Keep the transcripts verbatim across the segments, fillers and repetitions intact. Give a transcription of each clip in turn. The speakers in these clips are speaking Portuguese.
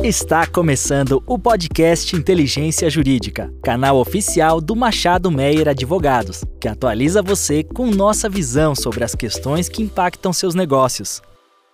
Está começando o podcast Inteligência Jurídica, canal oficial do Machado Meyer Advogados, que atualiza você com nossa visão sobre as questões que impactam seus negócios.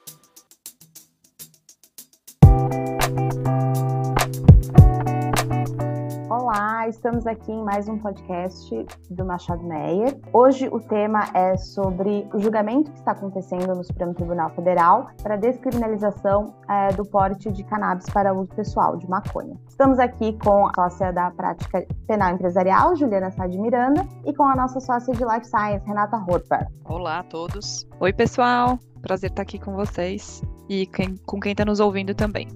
Olá, estamos aqui em mais um podcast do Machado Meyer. Hoje o tema é sobre o julgamento que está acontecendo no Supremo Tribunal Federal para a descriminalização é, do porte de cannabis para uso pessoal, de maconha. Estamos aqui com a sócia da prática penal empresarial, Juliana Sá de Miranda, e com a nossa sócia de Life Science, Renata Horper. Olá a todos. Oi, pessoal. Prazer estar aqui com vocês e quem, com quem está nos ouvindo também.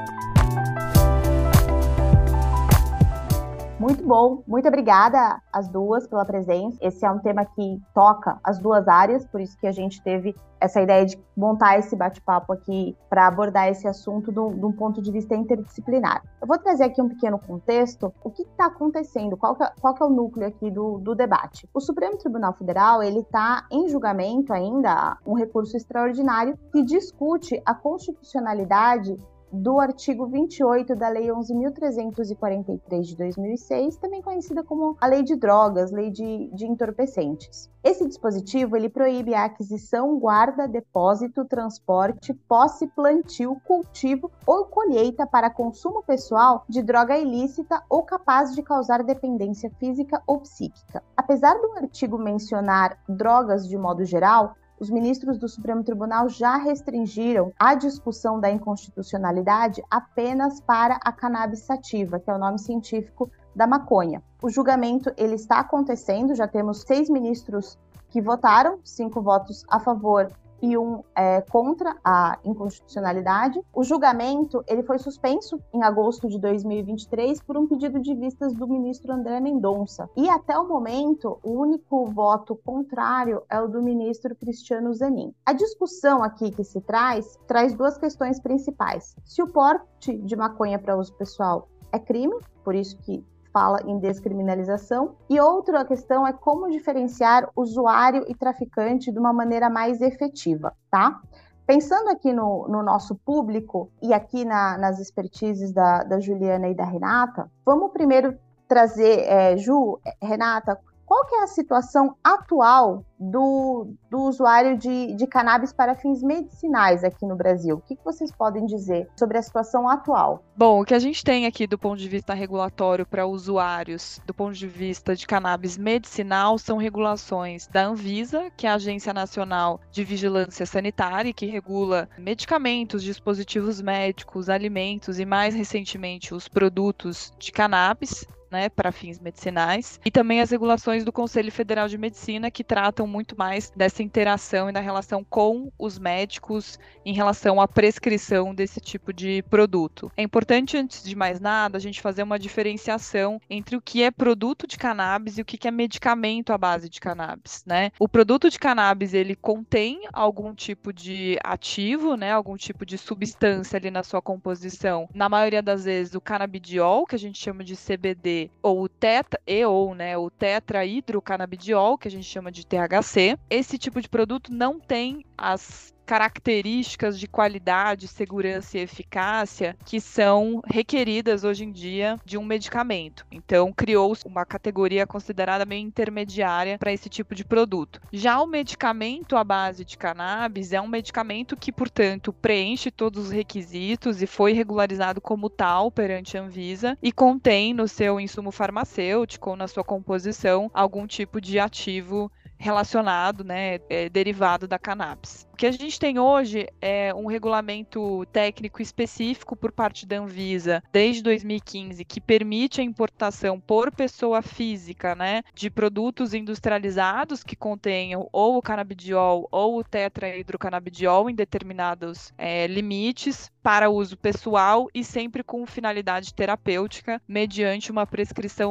Muito bom, muito obrigada às duas pela presença. Esse é um tema que toca as duas áreas, por isso que a gente teve essa ideia de montar esse bate-papo aqui para abordar esse assunto de um ponto de vista interdisciplinar. Eu vou trazer aqui um pequeno contexto. O que está acontecendo? Qual que é, qual que é o núcleo aqui do, do debate? O Supremo Tribunal Federal ele está em julgamento ainda um recurso extraordinário que discute a constitucionalidade do artigo vinte e oito da Lei onze mil trezentos e quarenta e três de dois mil e seis, também conhecida como a Lei de Drogas, Lei de, de Entorpecentes. Esse dispositivo ele proíbe a aquisição, guarda, depósito, transporte, posse, plantio, cultivo ou colheita para consumo pessoal de droga ilícita ou capaz de causar dependência física ou psíquica. Apesar do artigo mencionar drogas de modo geral, os ministros do Supremo Tribunal já restringiram a discussão da inconstitucionalidade apenas para a cannabis sativa, que é o nome científico da maconha. O julgamento ele está acontecendo, já temos seis ministros que votaram, cinco votos a favor e um é, contra a inconstitucionalidade. O julgamento ele foi suspenso em agosto de dois mil e vinte e três por um pedido de vistas do ministro André Mendonça. E até o momento, o único voto contrário é o do ministro Cristiano Zanin. A discussão aqui que se traz, traz duas questões principais. Se o porte de maconha para uso pessoal é crime, por isso que fala em descriminalização, e outra questão é como diferenciar usuário e traficante de uma maneira mais efetiva, tá? Pensando aqui no, no nosso público e aqui na, nas expertises da, da Juliana e da Renata, vamos primeiro trazer, é, Ju, Renata, qual que é a situação atual do, do usuário de, de cannabis para fins medicinais aqui no Brasil? O que, que vocês podem dizer sobre a situação atual? Bom, o que a gente tem aqui do ponto de vista regulatório para usuários, do ponto de vista de cannabis medicinal, são regulações da Anvisa, que é a Agência Nacional de Vigilância Sanitária, que regula medicamentos, dispositivos médicos, alimentos e, mais recentemente, os produtos de cannabis, né, para fins medicinais, e também as regulações do Conselho Federal de Medicina, que tratam muito mais dessa interação e da relação com os médicos em relação à prescrição desse tipo de produto. É importante, antes de mais nada, a gente fazer uma diferenciação entre o que é produto de cannabis e o que é medicamento à base de cannabis, né? O produto de cannabis, ele contém algum tipo de ativo, né, algum tipo de substância ali na sua composição. Na maioria das vezes, o canabidiol, que a gente chama de C B D, ou o tetra, e ou, né, o tetrahidrocannabidiol, que a gente chama de T H C. Esse tipo de produto não tem as características de qualidade, segurança e eficácia que são requeridas hoje em dia de um medicamento. Então, criou-se uma categoria considerada meio intermediária para esse tipo de produto. Já o medicamento à base de cannabis é um medicamento que, portanto, preenche todos os requisitos e foi regularizado como tal perante a Anvisa e contém no seu insumo farmacêutico ou na sua composição algum tipo de ativo relacionado, né, é, derivado da cannabis. O que a gente tem hoje é um regulamento técnico específico por parte da Anvisa desde dois mil e quinze que permite a importação por pessoa física, né, de produtos industrializados que contenham ou o canabidiol ou o tetrahidrocannabidiol em determinados é, limites para uso pessoal e sempre com finalidade terapêutica mediante uma prescrição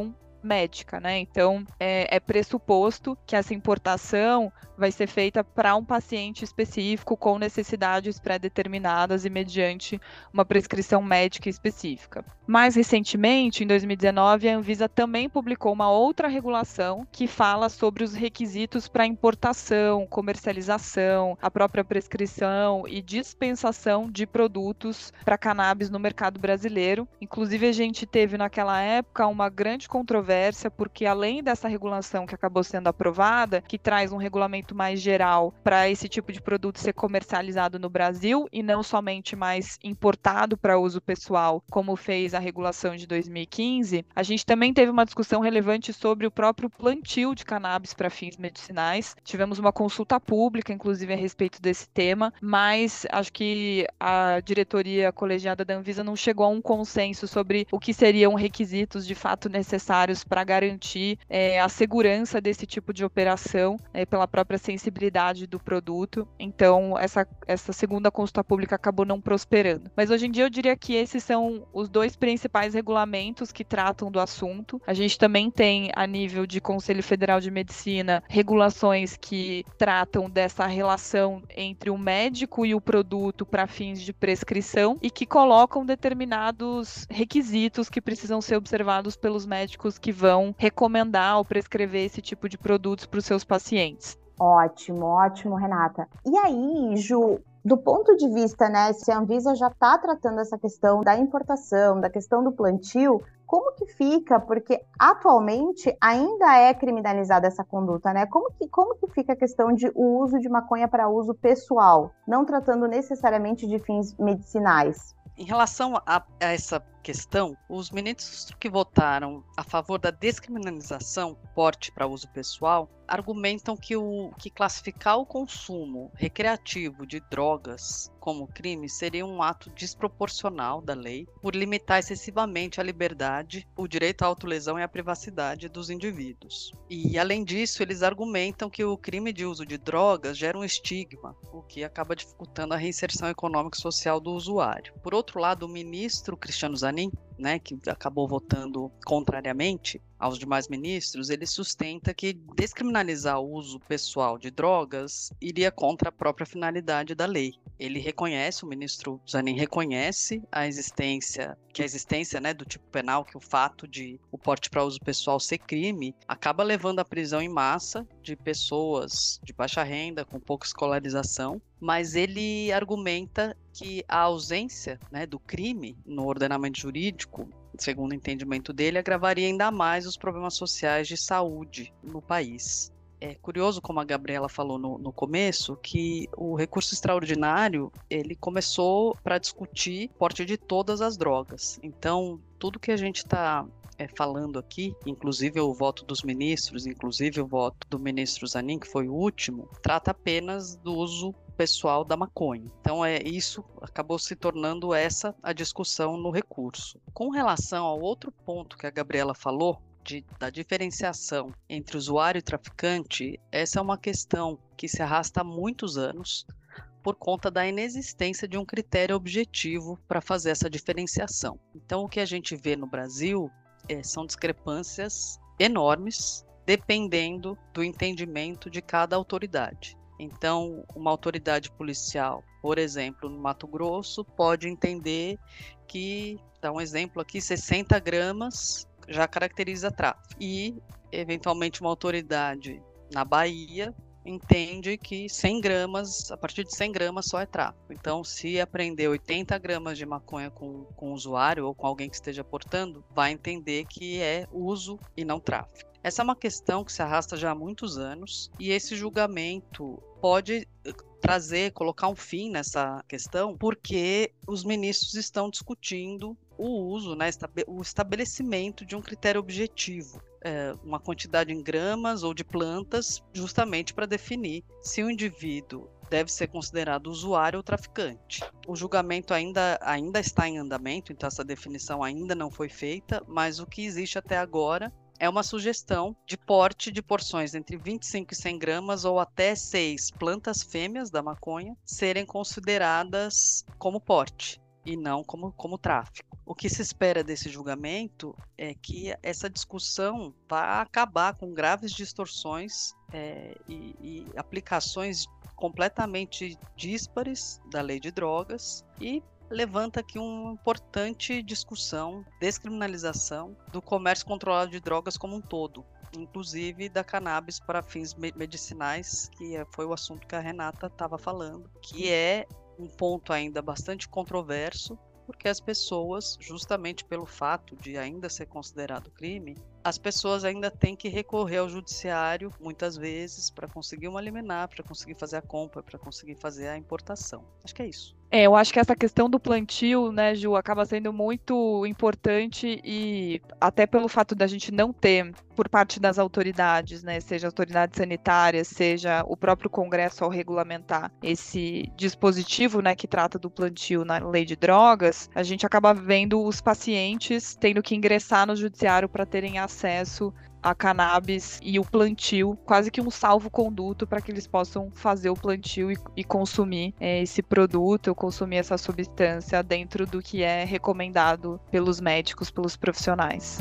médica, né? Então, é, é pressuposto que essa importação vai ser feita para um paciente específico com necessidades pré-determinadas e mediante uma prescrição médica específica. Mais recentemente, em dois mil e dezenove, a Anvisa também publicou uma outra regulação que fala sobre os requisitos para importação, comercialização, a própria prescrição e dispensação de produtos para cannabis no mercado brasileiro. Inclusive, a gente teve naquela época uma grande controvérsia, porque além dessa regulação que acabou sendo aprovada, que traz um regulamento mais geral para esse tipo de produto ser comercializado no Brasil e não somente mais importado para uso pessoal, como fez a regulação de dois mil e quinze, a gente também teve uma discussão relevante sobre o próprio plantio de cannabis para fins medicinais. Tivemos uma consulta pública, inclusive, a respeito desse tema, mas acho que a diretoria colegiada da Anvisa não chegou a um consenso sobre o que seriam requisitos de fato necessários para garantir é, a segurança desse tipo de operação é, pela própria sensibilidade do produto. Então, essa, essa segunda consulta pública acabou não prosperando. Mas hoje em dia eu diria que esses são os dois principais regulamentos que tratam do assunto. A gente também tem, a nível de Conselho Federal de Medicina, regulações que tratam dessa relação entre o médico e o produto para fins de prescrição e que colocam determinados requisitos que precisam ser observados pelos médicos que vão recomendar ou prescrever esse tipo de produtos para os seus pacientes. Ótimo, ótimo, Renata. E aí, Ju, do ponto de vista, né, se a Anvisa já está tratando essa questão da importação, da questão do plantio, como que fica? Porque atualmente ainda é criminalizada essa conduta, né? Como que, como que fica a questão de o uso de maconha para uso pessoal, não tratando necessariamente de fins medicinais? Em relação a, a essa questão, os ministros que votaram a favor da descriminalização porte para uso pessoal argumentam que, o, que classificar o consumo recreativo de drogas como crime seria um ato desproporcional da lei por limitar excessivamente a liberdade, o direito à autolesão e à privacidade dos indivíduos. E, além disso, eles argumentam que o crime de uso de drogas gera um estigma, o que acaba dificultando a reinserção econômica e social do usuário. Por outro lado, o ministro Cristiano Zanin, né, que acabou votando contrariamente aos demais ministros, ele sustenta que descriminalizar o uso pessoal de drogas iria contra a própria finalidade da lei. Ele reconhece, o ministro Zanin reconhece a existência, que a existência, né, do tipo penal, que o fato de o porte para uso pessoal ser crime, acaba levando à prisão em massa de pessoas de baixa renda, com pouca escolarização, mas ele argumenta que a ausência, né, do crime no ordenamento jurídico, segundo o entendimento dele, agravaria ainda mais os problemas sociais de saúde no país. É curioso, como a Gabriela falou no, no começo, que o recurso extraordinário ele começou para discutir o porte de todas as drogas. Então, tudo que a gente está é, falando aqui, inclusive o voto dos ministros, inclusive o voto do ministro Zanin, que foi o último, trata apenas do uso pessoal da maconha. Então, é, isso acabou se tornando essa a discussão no recurso. Com relação ao outro ponto que a Gabriela falou, De, da diferenciação entre usuário e traficante, essa é uma questão que se arrasta há muitos anos por conta da inexistência de um critério objetivo para fazer essa diferenciação. Então, o que a gente vê no Brasil é, são discrepâncias enormes, dependendo do entendimento de cada autoridade. Então, uma autoridade policial, por exemplo, no Mato Grosso, pode entender que, dá um exemplo aqui, sessenta gramas já caracteriza tráfico. E, eventualmente, uma autoridade na Bahia entende que cem gramas, a partir de cem gramas só é tráfico. Então, se apreender oitenta gramas de maconha com, com o usuário ou com alguém que esteja portando, vai entender que é uso e não tráfico. Essa é uma questão que se arrasta já há muitos anos e esse julgamento pode trazer, colocar um fim nessa questão, porque os ministros estão discutindo o uso, né, o estabelecimento de um critério objetivo, é, uma quantidade em gramas ou de plantas, justamente para definir se o indivíduo deve ser considerado usuário ou traficante. O julgamento ainda, ainda está em andamento, então essa definição ainda não foi feita, mas o que existe até agora é uma sugestão de porte de porções entre vinte e cinco e cem gramas ou até seis plantas fêmeas da maconha serem consideradas como porte. e não como, como tráfico. O que se espera desse julgamento é que essa discussão vá acabar com graves distorções é, e, e aplicações completamente díspares da lei de drogas e levanta aqui uma importante discussão, descriminalização do comércio controlado de drogas como um todo, inclusive da cannabis para fins medicinais, que foi o assunto que a Renata estava falando, que é um ponto ainda bastante controverso, porque as pessoas, justamente pelo fato de ainda ser considerado crime, as pessoas ainda têm que recorrer ao judiciário, muitas vezes, para conseguir uma liminar, para conseguir fazer a compra, para conseguir fazer a importação. Acho que é isso. É, eu acho que essa questão do plantio, né, Ju, acaba sendo muito importante e até pelo fato da gente não ter, por parte das autoridades, né, seja autoridades sanitárias, seja o próprio Congresso ao regulamentar esse dispositivo, né, que trata do plantio na lei de drogas, a gente acaba vendo os pacientes tendo que ingressar no judiciário para terem acesso a cannabis e o plantio, quase que um salvo-conduto para que eles possam fazer o plantio e, e consumir é, esse produto, consumir essa substância dentro do que é recomendado pelos médicos, pelos profissionais.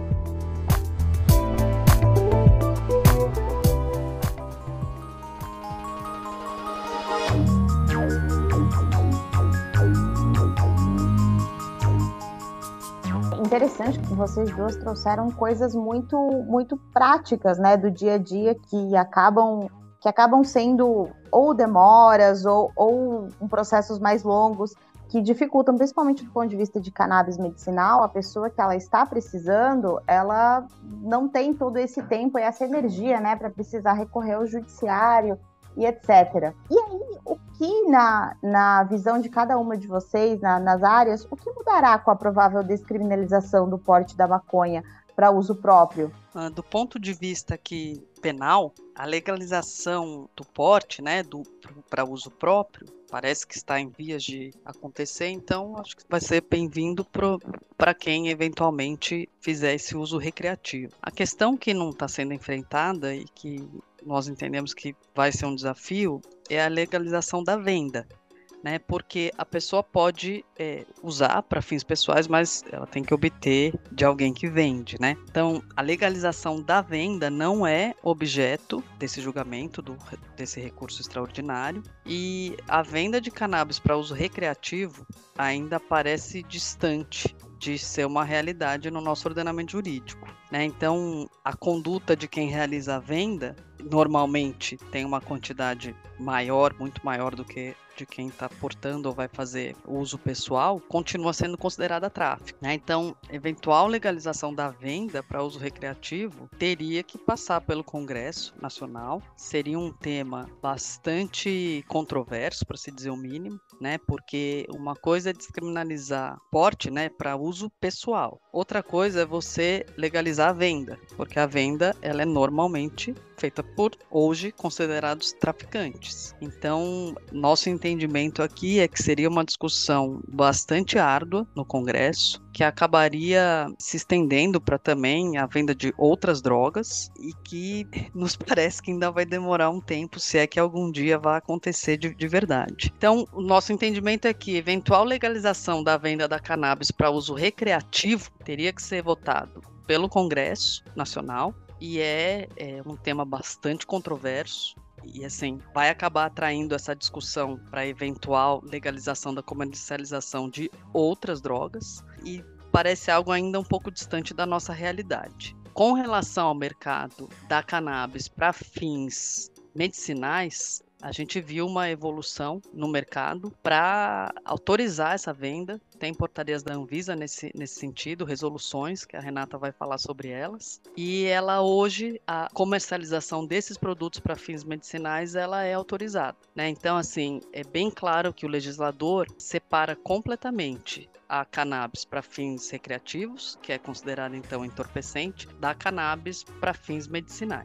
Interessante que vocês duas trouxeram coisas muito, muito práticas, né, do dia a dia que acabam, que acabam sendo ou demoras ou, ou um processos mais longos que dificultam, principalmente do ponto de vista de cannabis medicinal. A pessoa que ela está precisando, ela não tem todo esse tempo e essa energia, né, para precisar recorrer ao judiciário e etcétera. E aí, o que na, na visão de cada uma de vocês, na, nas áreas, o que mudará com a provável descriminalização do porte da maconha para uso próprio? Do ponto de vista aqui penal, a legalização do porte, né, para uso próprio, parece que está em vias de acontecer, então acho que vai ser bem-vindo para quem eventualmente fizer esse uso recreativo. A questão que não está sendo enfrentada e que nós entendemos que vai ser um desafio é a legalização da venda, né? Porque a pessoa pode é, usar para fins pessoais, mas ela tem que obter de alguém que vende, né? Então, a legalização da venda não é objeto desse julgamento, do, desse recurso extraordinário, e a venda de cannabis para uso recreativo ainda parece distante de ser uma realidade no nosso ordenamento jurídico, né? Então, a conduta de quem realiza a venda normalmente tem uma quantidade maior, muito maior do que de quem está portando ou vai fazer uso pessoal, continua sendo considerada tráfico, né? Então, eventual legalização da venda para uso recreativo teria que passar pelo Congresso Nacional. Seria um tema bastante controverso, para se dizer o mínimo, né? Porque uma coisa é descriminalizar porte, né, para uso pessoal. Outra coisa é você legalizar a venda, porque a venda ela é normalmente feita por, hoje, considerados traficantes. Então, nosso entendimento aqui é que seria uma discussão bastante árdua no Congresso, que acabaria se estendendo para também a venda de outras drogas e que nos parece que ainda vai demorar um tempo, se é que algum dia vai acontecer de, de verdade. Então, o nosso entendimento é que eventual legalização da venda da cannabis para uso recreativo teria que ser votado pelo Congresso Nacional, e é, é um tema bastante controverso e assim vai acabar atraindo essa discussão para eventual legalização da comercialização de outras drogas e parece algo ainda um pouco distante da nossa realidade. Com relação ao mercado da cannabis para fins medicinais, a gente viu uma evolução no mercado para autorizar essa venda. Tem portarias da Anvisa nesse, nesse sentido, resoluções, que a Renata vai falar sobre elas. E ela hoje, a comercialização desses produtos para fins medicinais, ela é autorizada, né? Então, assim, é bem claro que o legislador separa completamente a cannabis para fins recreativos, que é considerada, então, entorpecente, da cannabis para fins medicinais.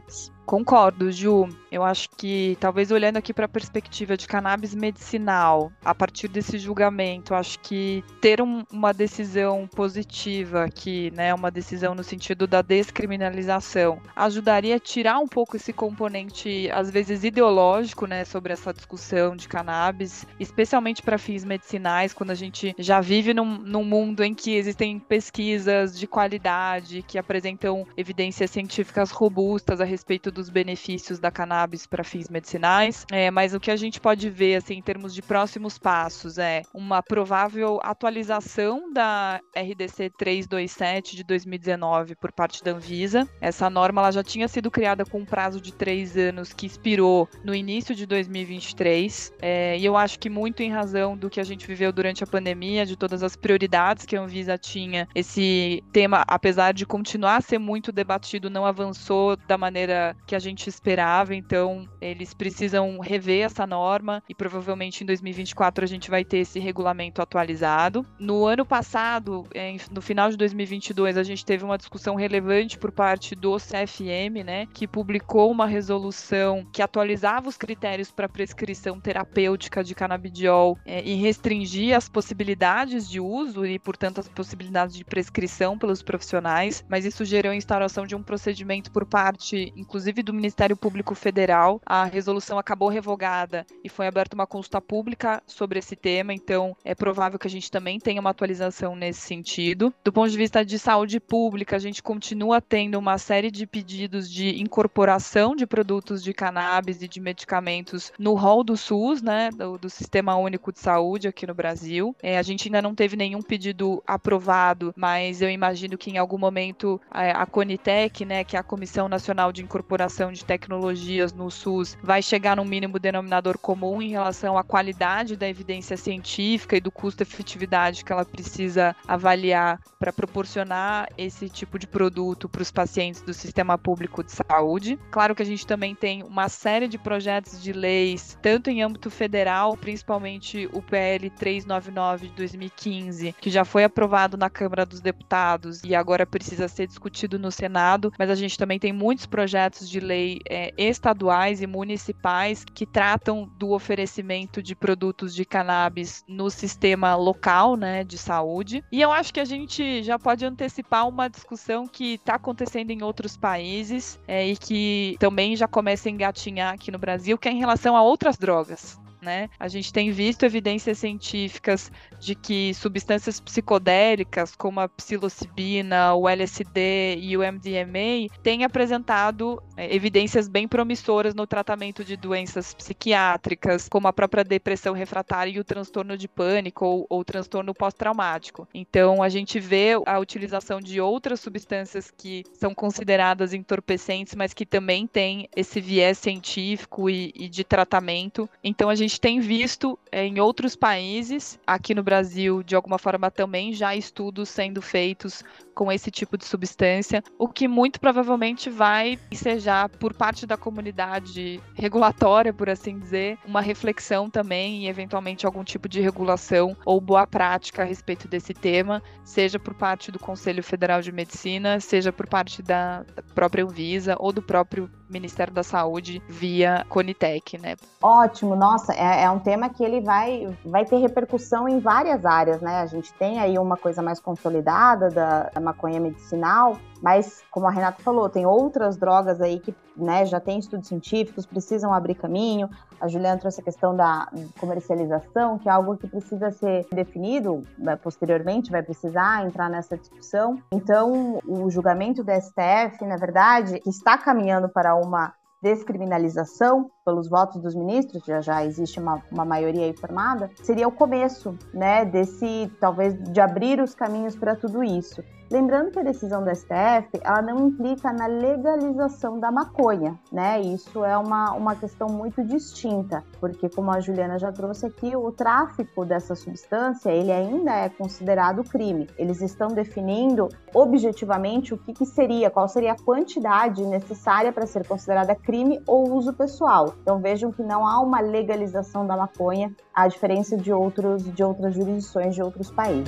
Concordo, Ju. Eu acho que, talvez olhando aqui para a perspectiva de cannabis medicinal, a partir desse julgamento, acho que ter um, uma decisão positiva aqui, né, uma decisão no sentido da descriminalização, ajudaria a tirar um pouco esse componente, às vezes, ideológico, né, sobre essa discussão de cannabis, especialmente para fins medicinais, quando a gente já vive num, num mundo em que existem pesquisas de qualidade, que apresentam evidências científicas robustas a respeito dos benefícios da cannabis para fins medicinais, é, mas o que a gente pode ver, assim, em termos de próximos passos, é uma provável atualização da R D C trezentos e vinte e sete de dois mil e dezenove por parte da Anvisa. Essa norma ela já tinha sido criada com um prazo de três anos que expirou no início de dois mil e vinte e três, é, e eu acho que muito em razão do que a gente viveu durante a pandemia, de todas as prioridades que a Anvisa tinha, esse tema, apesar de continuar a ser muito debatido, não avançou da maneira que a gente esperava, então eles precisam rever essa norma e provavelmente em dois mil e vinte e quatro a gente vai ter esse regulamento atualizado. No ano passado, no final de dois mil e vinte e dois, a gente teve uma discussão relevante por parte do C F M, né, que publicou uma resolução que atualizava os critérios para prescrição terapêutica de canabidiol é, e restringia as possibilidades de uso e, portanto, as possibilidades de prescrição pelos profissionais, mas isso gerou a instauração de um procedimento por parte, inclusive, do Ministério Público Federal. A resolução acabou revogada e foi aberta uma consulta pública sobre esse tema, então é provável que a gente também tenha uma atualização nesse sentido. Do ponto de vista de saúde pública, a gente continua tendo uma série de pedidos de incorporação de produtos de cannabis e de medicamentos no rol do SUS, né, do, do Sistema Único de Saúde aqui no Brasil. É, a gente ainda não teve nenhum pedido aprovado, mas eu imagino que em algum momento a, a Conitec, né, que é a Comissão Nacional de Incorporação de Tecnologias no SUS, vai chegar num mínimo denominador comum em relação à qualidade da evidência científica e do custo-efetividade que ela precisa avaliar para proporcionar esse tipo de produto para os pacientes do Sistema Público de Saúde. Claro que a gente também tem uma série de projetos de leis, tanto em âmbito federal, principalmente o P L trezentos e noventa e nove de dois mil e quinze, que já foi aprovado na Câmara dos Deputados e agora precisa ser discutido no Senado, mas a gente também tem muitos projetos de lei é, estaduais e municipais que tratam do oferecimento de produtos de cannabis no sistema local, né, de saúde. E eu acho que a gente já pode antecipar uma discussão que está acontecendo em outros países é, e que também já começa a engatinhar aqui no Brasil, que é em relação a outras drogas. Né? A gente tem visto evidências científicas de que substâncias psicodélicas, como a psilocibina, o L S D e o M D M A, têm apresentado é, evidências bem promissoras no tratamento de doenças psiquiátricas, como a própria depressão refratária e o transtorno de pânico ou, ou transtorno pós-traumático. Então, a gente vê a utilização de outras substâncias que são consideradas entorpecentes, mas que também têm esse viés científico e, e de tratamento. Então, a gente tem visto é, em outros países, aqui no Brasil, de alguma forma também, já estudos sendo feitos com esse tipo de substância, o que muito provavelmente vai ensejar por parte da comunidade regulatória, por assim dizer, uma reflexão também e eventualmente algum tipo de regulação ou boa prática a respeito desse tema, seja por parte do Conselho Federal de Medicina, seja por parte da, da própria Anvisa ou do próprio Ministério da Saúde via Conitec, né? Ótimo, nossa, é, é um tema que ele vai, vai ter repercussão em várias áreas, né? A gente tem aí uma coisa mais consolidada da, da maconha medicinal, mas, como a Renata falou, tem outras drogas aí que, né, já tem estudos científicos, precisam abrir caminho. A Juliana trouxe a questão da comercialização, que é algo que precisa ser definido, né, posteriormente, vai precisar entrar nessa discussão. Então, o julgamento do S T F, na verdade, que está caminhando para uma descriminalização pelos votos dos ministros, já já existe uma, uma maioria aí formada, seria o começo, né, desse, talvez, de abrir os caminhos para tudo isso. Lembrando que a decisão do S T F, ela não implica na legalização da maconha, né? Isso é uma, uma questão muito distinta, porque, como a Juliana já trouxe aqui, o tráfico dessa substância, ele ainda é considerado crime. Eles estão definindo objetivamente o que, que seria, qual seria a quantidade necessária para ser considerada crime ou uso pessoal. Então, vejam que não há uma legalização da maconha, à diferença de, outros, de outras jurisdições de outros países.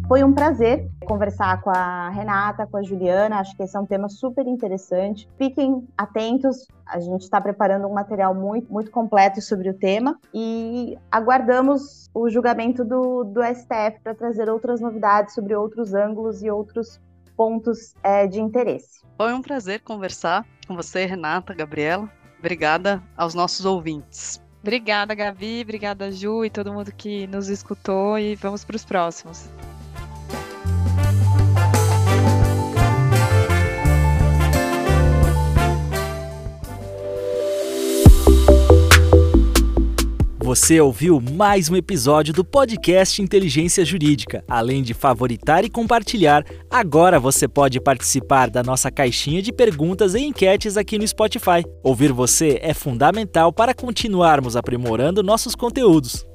Foi um prazer conversar com a Renata, com a Juliana, acho que esse é um tema super interessante. Fiquem atentos, a gente está preparando um material muito, muito completo sobre o tema e aguardamos o julgamento do, do S T F para trazer outras novidades sobre outros ângulos e outros pontos é, de interesse. Foi um prazer conversar com você, Renata, Gabriela. Obrigada aos nossos ouvintes. Obrigada, Gabi, obrigada, Ju e todo mundo que nos escutou e vamos para os próximos. Você ouviu mais um episódio do podcast Inteligência Jurídica. Além de favoritar e compartilhar, agora você pode participar da nossa caixinha de perguntas e enquetes aqui no Spotify. Ouvir você é fundamental para continuarmos aprimorando nossos conteúdos.